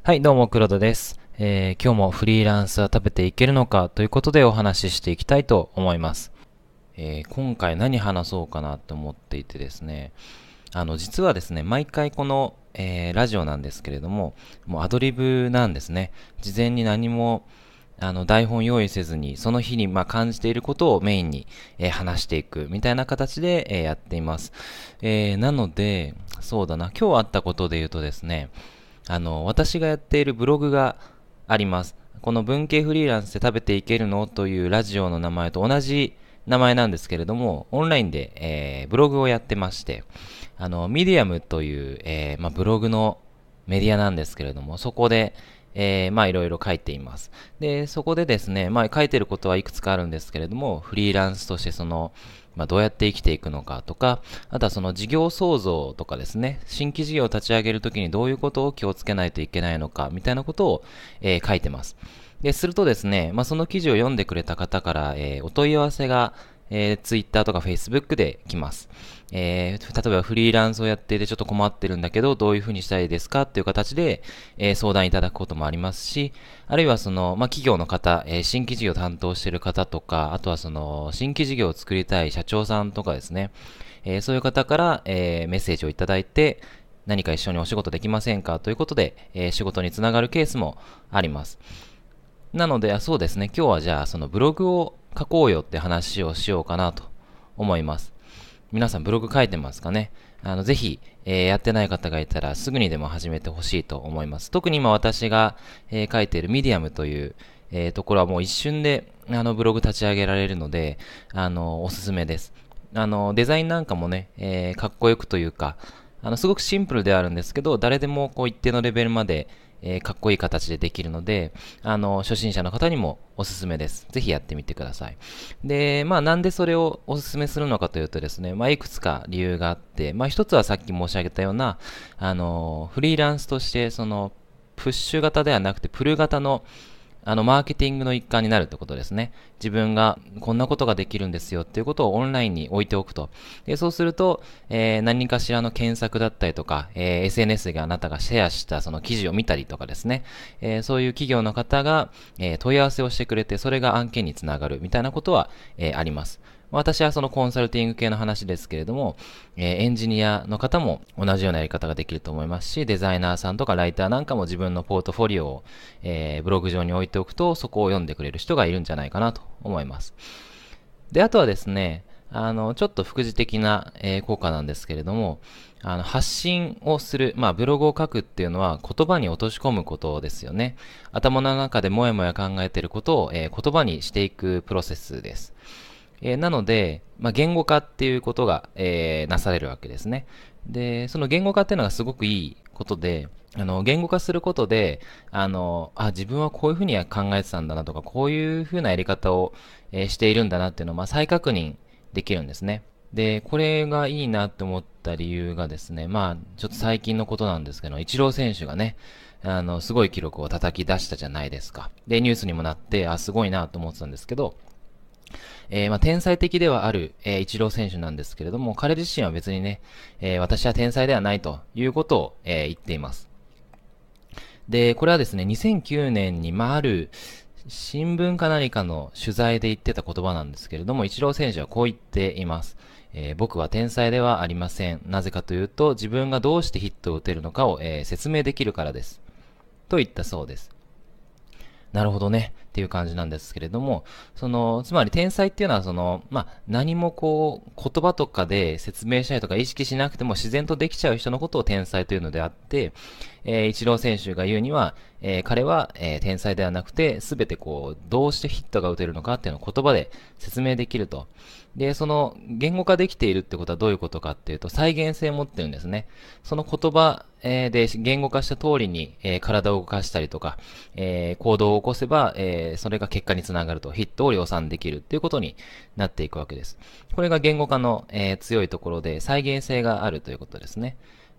はい、どうも黒田です。今日もフリーランスは食べていけるのかということでお話ししていきたいと思います。今回何話そうかなと思っていてですね、実はですね、毎回この、ラジオなんですけれども、もうアドリブなんですね。事前に何も台本用意せずに、その日に感じていることをメインに、話していくみたいな形で、やっています。なので、そうだな、今日あったことで言うとですね、私がやっているブログがあります。この文系フリーランスで食べていけるのというラジオの名前と同じ名前なんですけれども、オンラインで、ブログをやってまして、ミディアムという、ブログのメディアなんですけれども、そこで、いろいろ書いています。で、そこでですね、書いてることはいくつかあるんですけれども、フリーランスとしてどうやって生きていくのかとか、あとはその事業創造とかですね、新規事業を立ち上げるときにどういうことを気をつけないといけないのか、みたいなことを、書いてます。で、するとですね、その記事を読んでくれた方から、お問い合わせが、Twitter とか Facebook で来ます。例えばフリーランスをやっていてちょっと困ってるんだけど、どういうふうにしたいですかっていう形で、相談いただくこともありますし、あるいは企業の方、新規事業を担当している方とか、あとは新規事業を作りたい社長さんとかですね、そういう方から、メッセージをいただいて、何か一緒にお仕事できませんかということで、仕事につながるケースもあります。なので、そうですね、今日はじゃあそのブログを書こうよって話をしようかなと思います。皆さんブログ書いてますかね。ぜひ、やってない方がいたらすぐにでも始めてほしいと思います。特に今私が、書いているミディアムという、ところはもう一瞬でブログ立ち上げられるので、おすすめです。デザインなんかもね、かっこよくというか、すごくシンプルではあるんですけど、誰でもこう一定のレベルまで、かっこいい形でできるので、初心者の方にもおすすめです。ぜひやってみてください。で、なんでそれをおすすめするのかというとですね、いくつか理由があって、一つはさっき申し上げたような、フリーランスとして、プッシュ型ではなくて、プル型のマーケティングの一環になるってことですね。自分がこんなことができるんですよっていうことをオンラインに置いておくと。で、そうすると、何かしらの検索だったりとか、SNS があなたがシェアしたその記事を見たりとかですね、そういう企業の方が、問い合わせをしてくれて、それが案件につながるみたいなことは、あります。私はそのコンサルティング系の話ですけれども、エンジニアの方も同じようなやり方ができると思いますし、デザイナーさんとかライターなんかも自分のポートフォリオを、ブログ上に置いておくと、そこを読んでくれる人がいるんじゃないかなと思います。で、あとはですね、ちょっと副次的な、効果なんですけれども、発信をする、ブログを書くっていうのは言葉に落とし込むことですよね。頭の中でもやもや考えていることを、言葉にしていくプロセスです。なので、言語化っていうことが、なされるわけですね。で、その言語化っていうのがすごくいいことで、言語化することで、自分はこういうふうに考えてたんだなとか、こういうふうなやり方を、しているんだなっていうのを、再確認できるんですね。で、これがいいなって思った理由がですね、ちょっと最近のことなんですけど、イチロー選手がね、すごい記録を叩き出したじゃないですか。で、ニュースにもなって、すごいなと思ってたんですけど、天才的ではある、イチロー選手なんですけれども、彼自身は別にね、私は天才ではないということを、言っています。で、これはですね、2009年に、ある新聞か何かの取材で言ってた言葉なんですけれども、イチロー選手はこう言っています。僕は天才ではありません。なぜかというと、自分がどうしてヒットを打てるのかを、説明できるからです。と言ったそうです。なるほどねっていう感じなんですけれども、つまり天才っていうのは何も言葉とかで説明したりとか意識しなくても自然とできちゃう人のことを天才というのであって、イチロー選手が言うには、彼は、天才ではなくて、すべてどうしてヒットが打てるのかっていうのを言葉で説明できると。で、言語化できているってことはどういうことかっていうと、再現性を持ってるんですね。その言葉、で言語化した通りに、体を動かしたりとか、行動を起こせば、それが結果につながると、ヒットを量産できるっていうことになっていくわけです。これが言語化の、強いところで再現性があるということですね。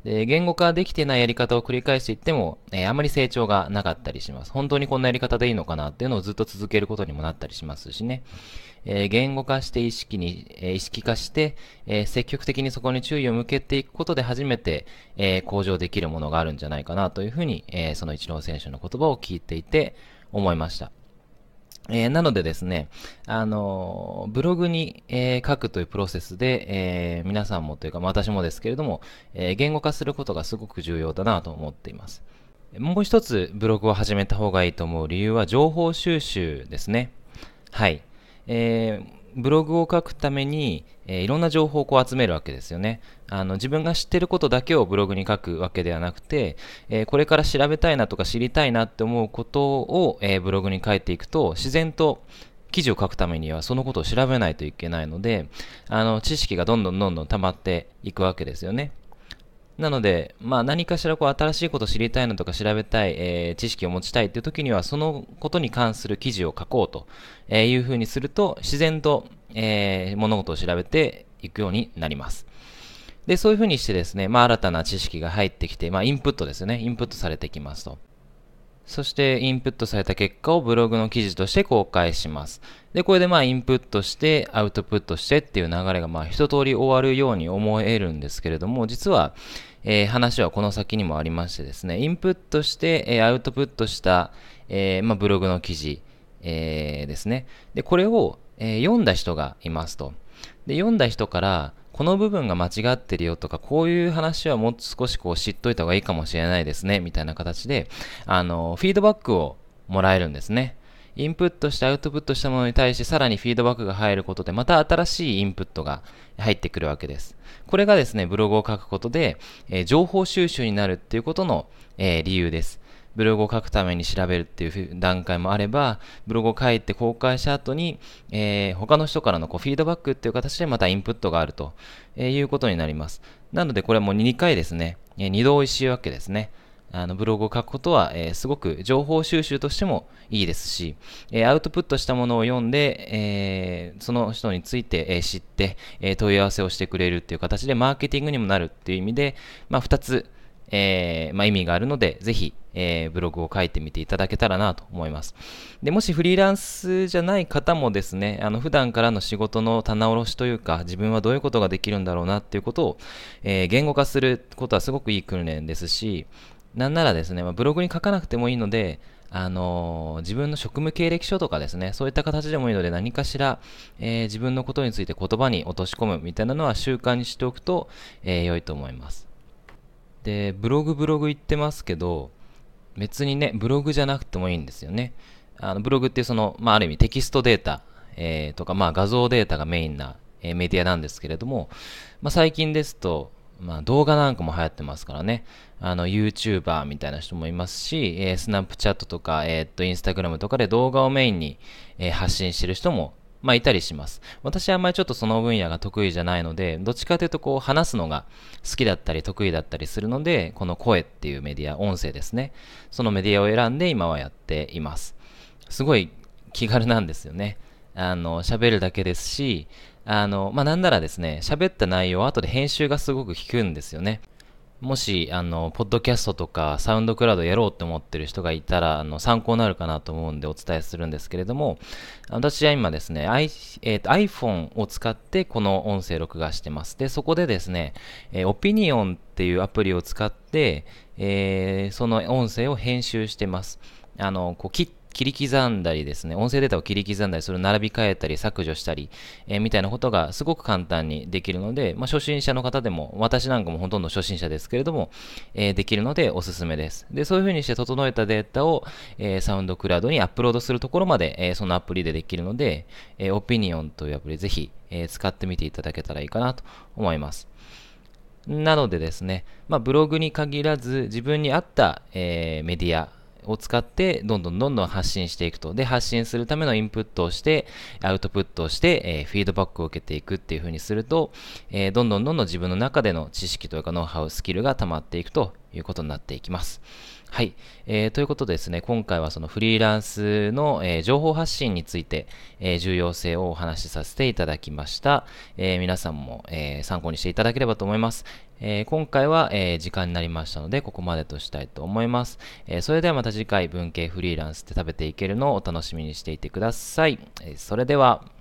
で、言語化できてないやり方を繰り返していっても、あまり成長がなかったりします。本当にこんなやり方でいいのかなっていうのをずっと続けることにもなったりしますしね。言語化して意識化して、積極的にそこに注意を向けていくことで初めて、向上できるものがあるんじゃないかなというふうに、そのイチロー選手の言葉を聞いていて思いました。なのでですね、ブログに、書くというプロセスで、皆さんもというか、私もですけれども、言語化することがすごく重要だなと思っています。もう一つブログを始めた方がいいと思う理由は情報収集ですね。はい。ブログを書くために、いろんな情報をこう集めるわけですよね。自分が知ってることだけをブログに書くわけではなくて、これから調べたいなとか知りたいなって思うことを、ブログに書いていくと、自然と記事を書くためにはそのことを調べないといけないので、知識がどんどん溜まっていくわけですよね。なので、何かしらこう新しいことを知りたいのとか調べたい、知識を持ちたいっていう時には、そのことに関する記事を書こうというふうにすると、自然と、物事を調べていくようになります。で、そういうふうにしてですね、新たな知識が入ってきて、インプットですよね。インプットされてきますと。そしてインプットされた結果をブログの記事として公開します。で、これでインプットしてアウトプットしてっていう流れが一通り終わるように思えるんですけれども、実は、話はこの先にもありましてですね、インプットして、アウトプットした、ブログの記事、ですね。で、これを、読んだ人がいますと。で、読んだ人から、この部分が間違ってるよとか、こういう話はもう少しこう知っといた方がいいかもしれないですね、みたいな形で、フィードバックをもらえるんですね。インプットしてアウトプットしたものに対してさらにフィードバックが入ることで、また新しいインプットが入ってくるわけです。これがですね、ブログを書くことで、情報収集になるっていうことの、理由です。ブログを書くために調べるっていう段階もあれば、ブログを書いて公開した後に、他の人からのこうフィードバックっていう形でまたインプットがあると、いうことになります。なのでこれはもう2回ですね、2度おいしいわけですね。ブログを書くことは、すごく情報収集としてもいいですし、アウトプットしたものを読んで、その人について、知って、問い合わせをしてくれるっていう形でマーケティングにもなるっていう意味で、2つ、意味があるので、ぜひ、ブログを書いてみていただけたらなと思います。で、もしフリーランスじゃない方もですね、普段からの仕事の棚卸しというか、自分はどういうことができるんだろうなっていうことを、言語化することはすごくいい訓練ですし、なんならですね、ブログに書かなくてもいいので、自分の職務経歴書とかですね、そういった形でもいいので何かしら、自分のことについて言葉に落とし込むみたいなのは習慣にしておくと、良いと思います。で、ブログ言ってますけど、別にね、ブログじゃなくてもいいんですよね。ブログってある意味テキストデータ、とか、画像データがメインな、メディアなんですけれども、最近ですと、動画なんかも流行ってますからね。YouTuber みたいな人もいますし、スナップチャットとか、インスタグラムとかで動画をメインに、発信してる人もいたりします。私はあんまりちょっとその分野が得意じゃないので、どっちかというとこう話すのが好きだったり得意だったりするので、この声っていうメディア、音声ですね。そのメディアを選んで今はやっています。すごい気軽なんですよね。喋るだけですし、なんならですね、喋った内容を後で編集がすごく効くんですよね。もし、ポッドキャストとかサウンドクラウドやろうって思ってる人がいたら、参考になるかなと思うんでお伝えするんですけれども、私は今ですね、iPhone を使ってこの音声録画してます。で、そこでですね、オピニオンっていうアプリを使って、その音声を編集してます。こう切り刻んだりですね、音声データを切り刻んだり、それを並び替えたり削除したり、みたいなことがすごく簡単にできるので、初心者の方でも、私なんかもほとんど初心者ですけれども、できるのでおすすめです。で、そういう風にして整えたデータを、サウンドクラウドにアップロードするところまで、そのアプリでできるので、オピニオンというアプリぜひ、使ってみていただけたらいいかなと思います。なのでですね、ブログに限らず自分に合った、メディアを使ってどんどん発信していくと。で、発信するためのインプットをして、アウトプットをして、フィードバックを受けていくっていう風にすると、どんどん自分の中での知識というかノウハウ、スキルが溜まっていくということになっていきます。はい。ということでですね、今回はそのフリーランスの、情報発信について、重要性をお話しさせていただきました。皆さんも、参考にしていただければと思います。今回は、時間になりましたので、ここまでとしたいと思います。それではまた次回、文系フリーランスで食べていけるのをお楽しみにしていてください。それでは、